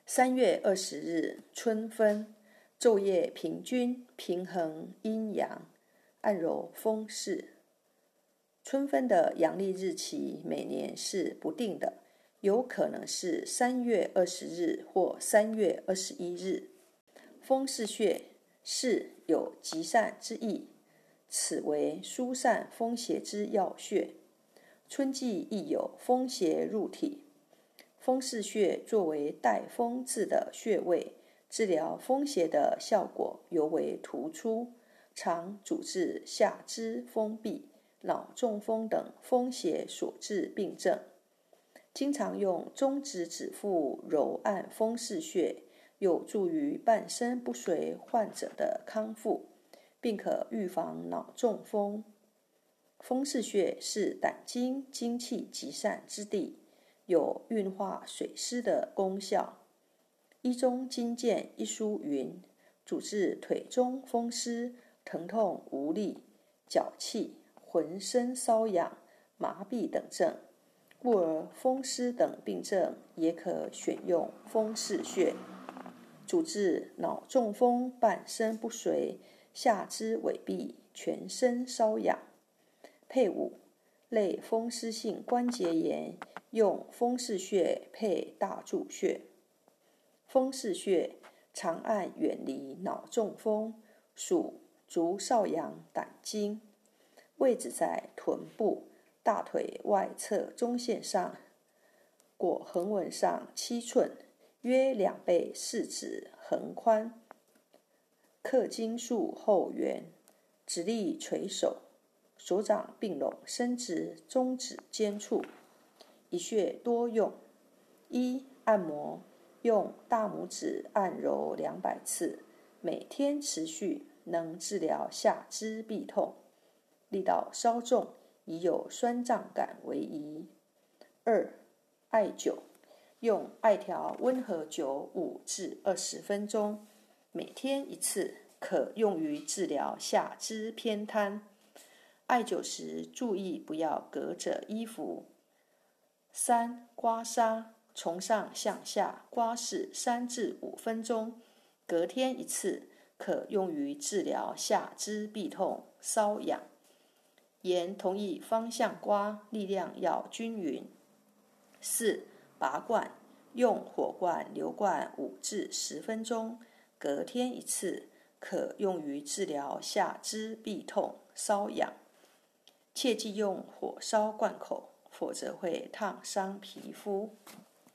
3月20日，春分，昼夜平均，平衡阴阳，按揉风势。春分的阳历日期每年是不定的，有可能是3月20日或3月21日。风市穴，市有集散之意，此为疏散风邪之要穴。春季亦有风邪入体，风市穴作为带风字的穴位，治疗风邪的效果尤为突出，常主治下肢封闭、脑中风等风邪所致病症。经常用中指指腹揉按风市穴，有助于半身不遂患者的康复，并可预防脑中风。风市穴是胆经精气集散之地，有运化水湿的功效。医中经鉴一书云，主治腿中风湿、疼痛无力、脚气、浑身瘙痒、麻痹等症，故而风湿等病症也可选用风市穴。主治脑中风、半身不遂、下肢痿痹、全身瘙痒。配伍类风湿性关节炎，用风市穴配大柱穴。风市穴长按远离脑中风，属足少阳胆经，位置在臀部大腿外侧中线上，裹横纹上7寸，约2倍4指横宽，刻经束后缘，指力垂手，手掌并拢伸直中指尖处。一穴多用：一、按摩，用大拇指按揉200次，每天持续，能治疗下肢痹痛，力道稍重，宜有酸胀感为宜。二、艾灸，用艾条温和灸5至20分钟，每天1次，可用于治疗下肢偏瘫。艾灸时注意不要隔着衣服。3、刮痧，从上向下刮拭3至5分钟，隔天1次，可用于治疗下肢痹痛、瘙痒。沿同一方向刮，力量要均匀。4、拔罐，用火罐流灌5至10分钟，隔天1次，可用于治疗下肢痹痛、瘙痒。切忌用火烧罐口，否则会烫伤皮肤。